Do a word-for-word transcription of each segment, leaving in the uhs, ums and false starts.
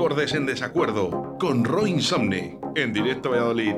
Acordes en desacuerdo con Roy Insomne en directo a Valladolid.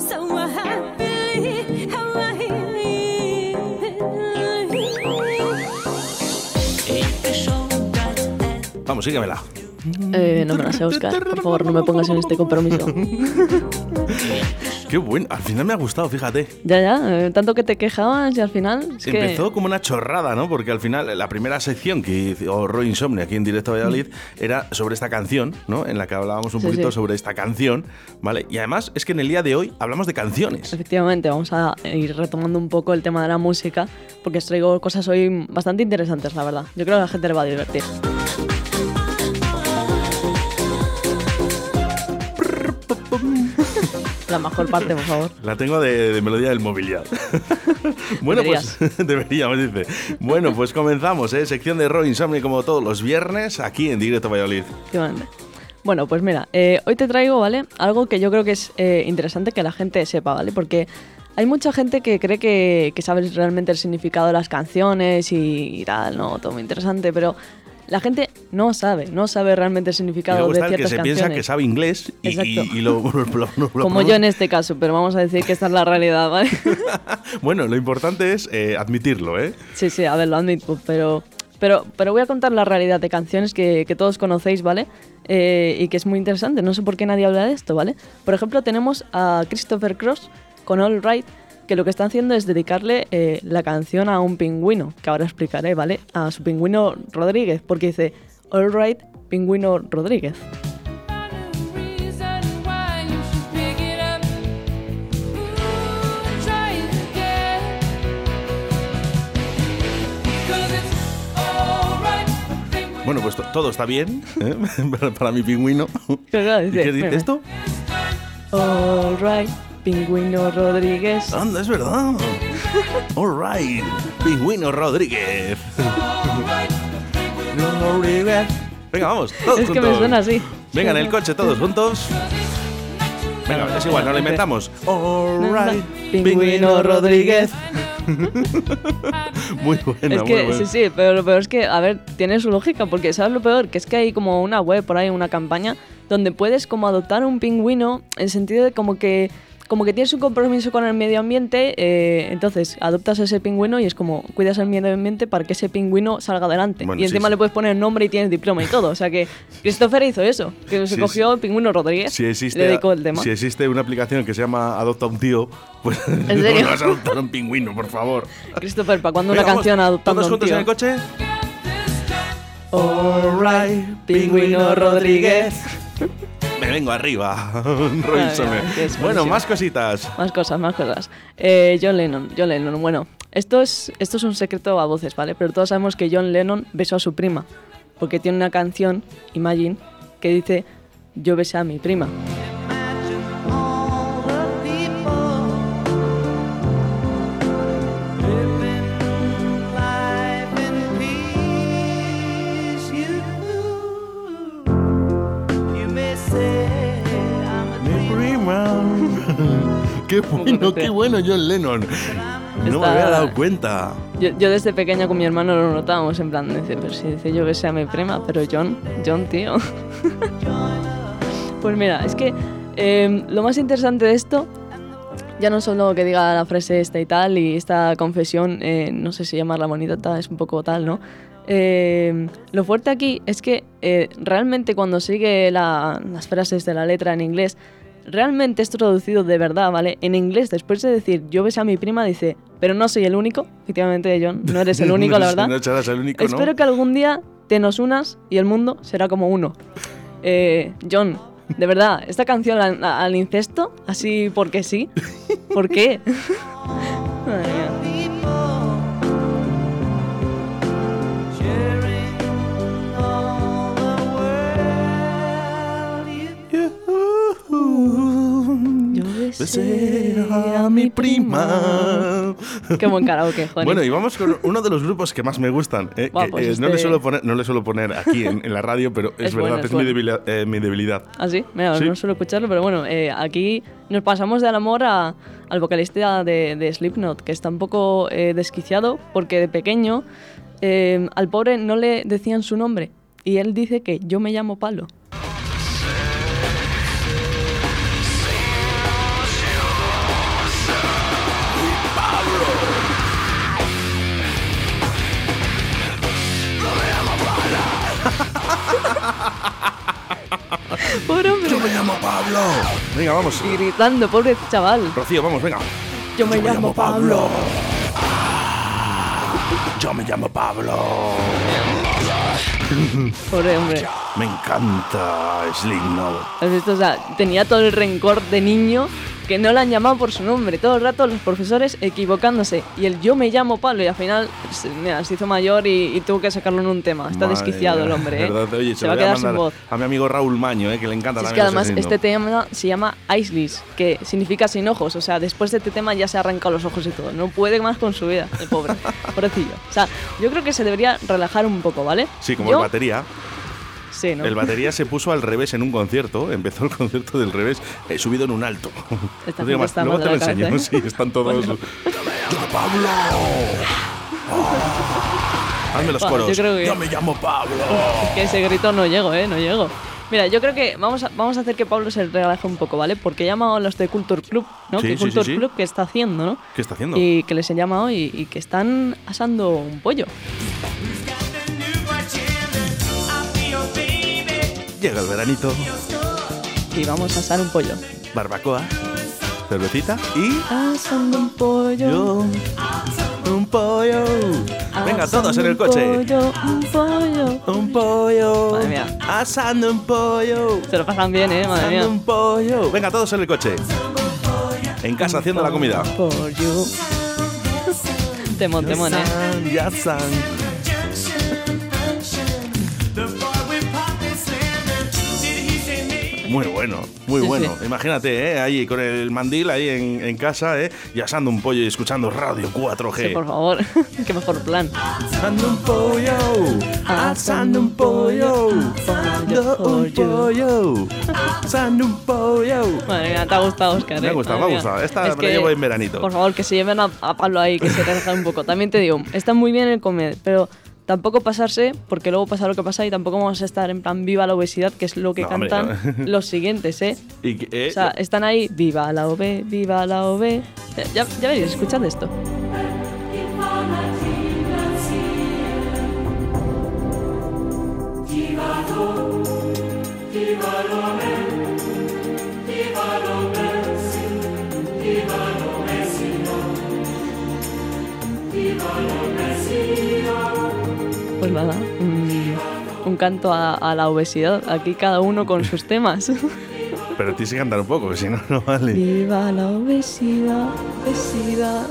Vamos, síguemela. Eh, no me la sé, Óscar. Por favor, no me pongas en este compromiso. Qué bueno, al final me ha gustado, fíjate. Ya, ya, eh, tanto que te quejabas y al final... Es Empezó que... como una chorrada, ¿no? Porque al final la primera sección que hizo Roy Insomne aquí en directo a Valladolid era sobre esta canción, ¿no? En la que hablábamos un sí, poquito sí. sobre esta canción, ¿vale? Y además es que en el día de hoy hablamos de canciones. Efectivamente, vamos a ir retomando un poco el tema de la música, porque os traigo cosas hoy bastante interesantes, la verdad. Yo creo que a la gente le va a divertir. La mejor parte, por favor. La tengo de, de melodía del móvil ya. Bueno, Deberías. pues deberíamos, dice. Bueno, pues comenzamos, ¿eh? Sección de Roy Insomne como todos los viernes aquí en directo a Valladolid. Efectivamente. Bueno, pues mira, eh, hoy te traigo, ¿vale? Algo que yo creo que es eh, interesante que la gente sepa, ¿vale? Porque hay mucha gente que cree que, que sabe realmente el significado de las canciones y, y tal, ¿no? Todo muy interesante, pero... La gente no sabe, no sabe realmente el significado de ciertas canciones. Y luego está el que se piensa que sabe inglés y, y, y lo, lo, lo, lo Como yo en este caso, pero vamos a decir que esta es la realidad, ¿vale? Bueno, lo importante es eh, admitirlo, ¿eh? Sí, sí, a ver, lo admito, pero, pero, pero voy a contar la realidad de canciones que, que todos conocéis, ¿vale? Eh, y que es muy interesante, no sé por qué nadie habla de esto, ¿vale? Por ejemplo, tenemos a Christopher Cross con All Right, que lo que está haciendo es dedicarle eh, la canción a un pingüino, que ahora explicaré, ¿vale? A su pingüino Rodríguez, porque dice, All Right, pingüino Rodríguez. Bueno, pues to- todo está bien, ¿eh? para, para mi pingüino. Claro, dice, ¿Y qué dice mira. esto? All Right, pingüino Rodríguez. Anda, es verdad. All right, pingüino Rodríguez. Rodríguez. Venga, vamos, todos Es que juntos. me suena así. Venga, en el coche, todos juntos. Venga, es igual, no lo inventamos. All right, Pingüino Rodríguez. Muy buena, Es muy que, buena. sí, sí, pero lo peor es que, a ver, tiene su lógica, porque ¿sabes lo peor? Que es que hay como una web por ahí, una campaña, donde puedes como adoptar un pingüino en sentido de como que como que tienes un compromiso con el medio ambiente, eh, entonces adoptas ese pingüino y es como cuidas el medio ambiente para que ese pingüino salga adelante. Bueno, y encima sí, sí. le puedes poner el nombre y tienes diploma y todo. O sea que Christopher hizo eso, que se Sí, cogió sí. el pingüino Rodríguez Si y existe, le dedicó el tema. si existe una aplicación que se llama Adopta un tío, pues ¿En serio? no vas a adoptar un pingüino, por favor. Christopher, ¿para cuándo Venga, una canción vamos, adoptando ¿todos a un juntos tío? en el coche? All right, pingüino Rodríguez. Me vengo arriba. Roy Ay, Insomne. ay, que es Bueno, buenísimo. más cositas. Más cosas, más cosas. Eh, John Lennon, John Lennon, bueno, esto es, esto es un secreto a voces, ¿vale? Pero todos sabemos que John Lennon besó a su prima, porque tiene una canción, Imagine, que dice, yo besé a mi prima. Mi prima. Qué bueno, qué bueno John Lennon. No Está- me había dado cuenta. Yo, yo desde pequeña con mi hermano lo notábamos, en plan, dice, pero si dice yo besé a mi prima, pero John, John, tío. Pues mira, es que eh, lo más interesante de esto, ya no solo que diga la frase esta y tal, y esta confesión, eh, no sé si llamarla bonita, es un poco tal, ¿no? Eh, lo fuerte aquí es que eh, realmente cuando sigue la- las frases de la letra en inglés, realmente es traducido de verdad, ¿vale? En inglés, después de decir yo besé a mi prima, dice, pero no soy el único. Efectivamente, John, no eres el único, la verdad. No serás el único, ¿no? Espero que algún día te nos unas y el mundo será como uno. Eh, John, de verdad, esta canción al, al incesto, así porque sí. ¿Por qué? Madre mía. Yo besé a mi prima. Qué buen karaoke, joder. Bueno, y vamos con uno de los grupos que más me gustan. eh, Buah, que, pues eh, este- no, le suelo poner, no le suelo poner aquí en, en la radio, pero es, Es verdad, bueno, es, es mi, bueno. debilidad, eh, mi debilidad. ¿Ah, sí? Mira, Sí. no suelo escucharlo, pero bueno, eh, aquí nos pasamos del amor a, al vocalista de, de Slipknot, que está un poco eh, desquiciado porque de pequeño eh, al pobre no le decían su nombre y él dice que yo me llamo Palo. Pobre hombre. Yo me llamo Pablo. Venga, vamos. Y gritando, pobre chaval. Rocío, vamos, venga. Yo me, Yo me llamo, llamo Pablo. Pablo. Yo me llamo Pablo. Pobre hombre. Me encanta Slipknot. ¿Has visto? O sea, tenía todo el rencor de niño que no le han llamado por su nombre. Todo el rato los profesores equivocándose. Y el yo me llamo Pablo y al final se, mira, se hizo mayor y, y tuvo que sacarlo en un tema. Está Madre desquiciado mía. El hombre, ¿eh? ¿Verdad? Oye, se, se va a quedar sin voz. A mi amigo Raúl Maño, ¿eh? Que le encanta si también. Es que además este tema se llama Iceless, que significa sin ojos. O sea, después de este tema ya se ha arrancado los ojos y todo. No puede más con su vida, el pobre. Pobrecillo. O sea, yo creo que se debería relajar un poco, ¿vale? Sí, como yo, el batería. Sí, ¿no? El batería se puso al revés en un concierto, empezó el concierto del revés, eh, subido en un alto. Esta no más, luego te lo enseño, cabeza, ¿eh? Sí, están todos. Bueno. ¡Yo, Pablo! Oh. Hazme los coros. Yo, que... yo me llamo Pablo. Es que ese grito no llego, ¿eh? No llego. Mira, yo creo que vamos a, vamos a hacer que Pablo se relaje un poco, ¿vale? Porque he llamado a los de Culture Club, ¿no? Sí, que sí, Culture sí, sí. Club que está haciendo, ¿no? ¿Qué está haciendo? Y que les he llamado y, y que están asando un pollo. Llega el veranito. Y vamos a asar un pollo. Barbacoa, cervecita y... Asando un pollo. Yo, un pollo. Venga, todos en el coche. Un pollo, un pollo. Un pollo. Madre mía. Asando un pollo. Se lo pasan bien, ¿eh? Madre mía. Asando un pollo. Venga, todos en el coche. En casa haciendo la comida. Pollo. Temón, temón, ¿eh? Ya san. Muy bueno, muy sí, bueno. Sí. Imagínate, ¿eh? Ahí con el mandil ahí en, en casa, ¿eh? Y asando un pollo y escuchando Radio cuatro G. Sí, por favor. Qué mejor plan. Asando un pollo. Asando un pollo. Asando un pollo. Asando un pollo. Madre mía, te ha gustado, Óscar. Me ha gustado, me ha gustado. Esta es me que, la llevo en veranito. Por favor, que se lleven a, a Pablo ahí, que se relaje un poco. También te digo, está muy bien el comer, pero... Tampoco pasarse, porque luego pasa lo que pasa y tampoco vamos a estar en plan viva la obesidad, que es lo que no, cantan hombre, no. los siguientes, ¿eh? ¿Y que, eh? O sea, están ahí, viva la O B, viva la O B. Ya, ya veréis, escuchad esto. Pues nada, un, un canto a, a la obesidad. Aquí cada uno con sus temas. Pero tienes que cantar un poco, que si no, no vale. Viva la obesidad, obesidad.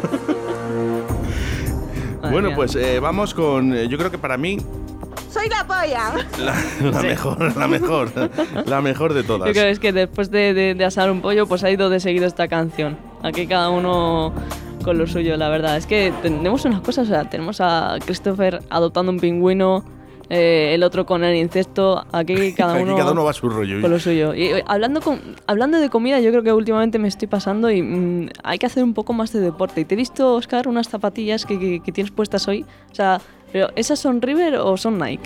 Bueno, mía. pues eh, vamos con... Eh, yo creo que para mí... ¡Soy la polla! La, la sí. mejor, la mejor. La mejor de todas. Yo creo que es que después de, de, de asar un pollo, pues ha ido de seguido esta canción. Aquí cada uno... con lo suyo, la verdad. Es que tenemos unas cosas, o sea, tenemos a Christopher adoptando un pingüino, eh, el otro con el incesto, aquí cada uno, aquí cada uno va a su rollo. Con lo suyo. Y eh, hablando, con, hablando de comida, yo creo que últimamente me estoy pasando y mmm, hay que hacer un poco más de deporte. Y te he visto, Óscar, unas zapatillas que, que, que tienes puestas hoy. O sea, pero ¿esas son River o son Nike?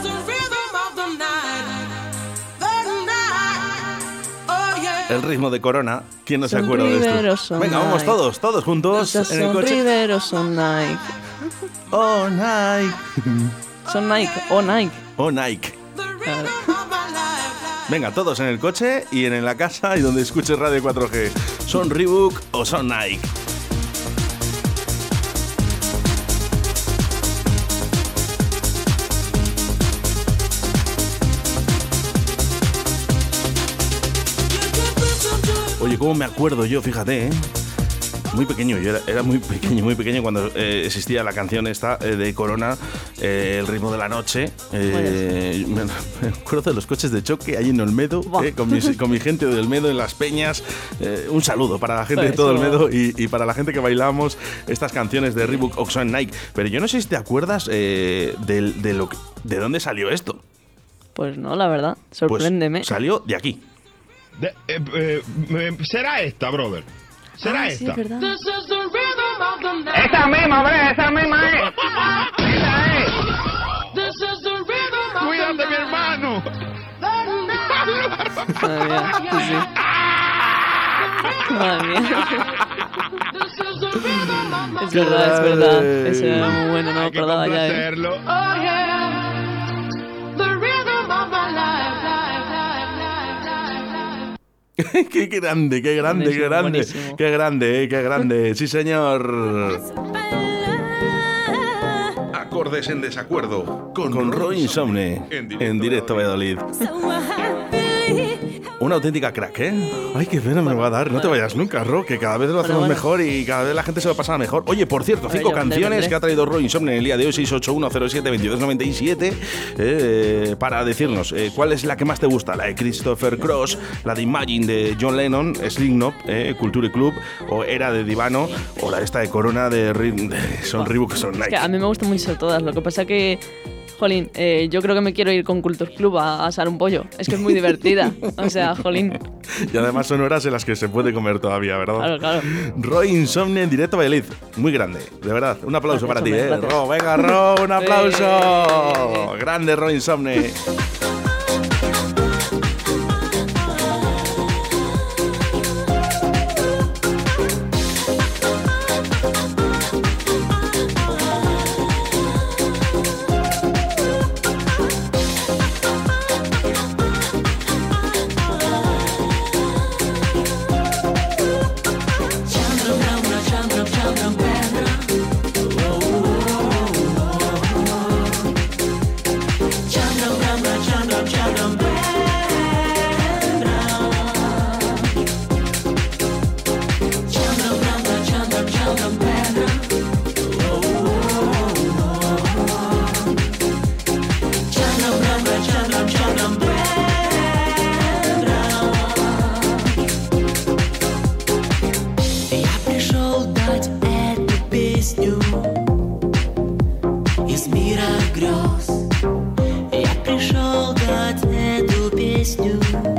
El ritmo de Corona, ¿quién no se acuerda de esto? Venga, Nike. Vamos todos, todos juntos Esas en el coche. ¿Son River o son Nike? Oh, Nike. Son Nike, o Nike. Oh, Nike. Claro. Venga, todos en el coche y en la casa y donde escuches Radio cuatro G. ¿Son Reebok o son Nike? Oye, ¿cómo me acuerdo yo? Fíjate, ¿eh? Muy pequeño, yo era, era muy pequeño, muy pequeño cuando eh, existía la canción esta eh, de Corona, eh, El ritmo de la noche. Eh, me, me acuerdo de los coches de choque ahí en Olmedo, eh, con, mis, con mi gente de Olmedo en las peñas. Eh, un saludo para la gente pues de todo Olmedo y, y para la gente que bailamos estas canciones de Reebok o son Nike. Pero yo no sé si te acuerdas eh, de, de, lo que, de dónde salió esto. Pues no, la verdad, sorpréndeme. Pues salió de aquí. De, eh, eh, ¿Será esta, brother? ¿Será ah, esta? Sí, es verdad. Esa misma, hombre, esa misma es. Esa es. Cuídate, mi hermano. Madre mía, sí, sí. Madre mía. Es verdad, es verdad. Eso era muy bueno, no me acordaba ya. ¿Eh? qué grande, qué grande, Buenísimo, qué grande. buenísimo. Qué grande, eh, qué grande. Sí, señor. Acordes en desacuerdo con, con Roy Insomne en directo, en directo Valladolid. Una auténtica crack, ¿eh? Ay, qué pena me va a dar. No te vayas nunca, Ro, que cada vez lo hacemos bueno. mejor y cada vez la gente se lo pasa mejor. Oye, por cierto, A ver, cinco yo vendré, canciones vendré. que ha traído Roy Insomne en el día de hoy, seis ocho uno cero siete dos dos nueve siete, eh, para decirnos eh, cuál es la que más te gusta. La de Christopher Cross, la de Imagine de John Lennon, Slipknot, eh, Culture Club, o Era de Divano, o la esta de Corona de, Ri- de Son Reebok, Son Es Nike. que a mí me gustan mucho todas. Lo que pasa que, jolín, eh, yo creo que me quiero ir con Culture Club a, a asar un pollo. Es que es muy divertida. O sea, jolín. Y además son horas en las que se puede comer todavía, ¿verdad? Claro, claro. Roy Insomne en directo Valladolid. Muy grande, de verdad. Un aplauso Gracias, para ti, hombre, ¿eh? gracias. Ro, venga, Ro, un aplauso. Eh. Grande Roy Insomne. Я пришел дать эту песню из мира грез. Я пришел дать эту песню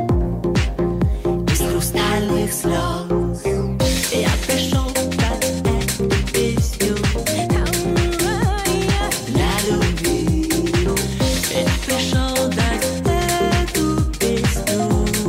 из хрустальных слез. Я пришел дать эту песню для любви. Я пришел дать эту песню.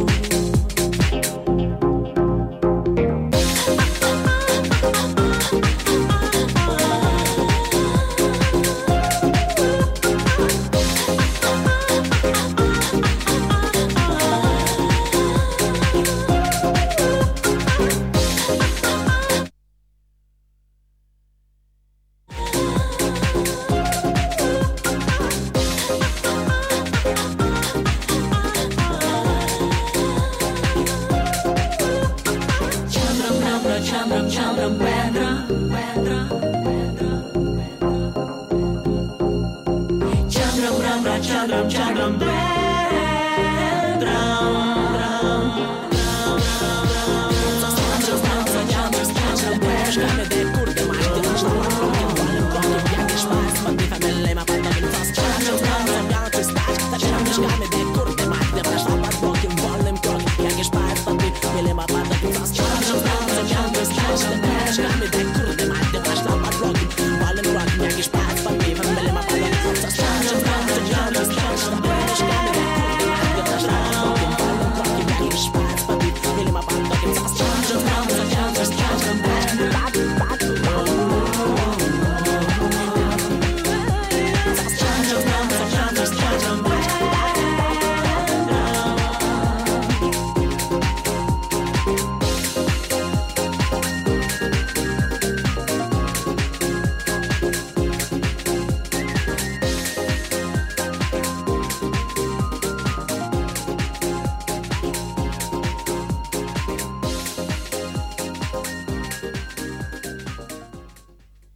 Chandram Ramra Chandram Chandram Vendra Vendra Chandram Ramra Chandram Chandram Vendra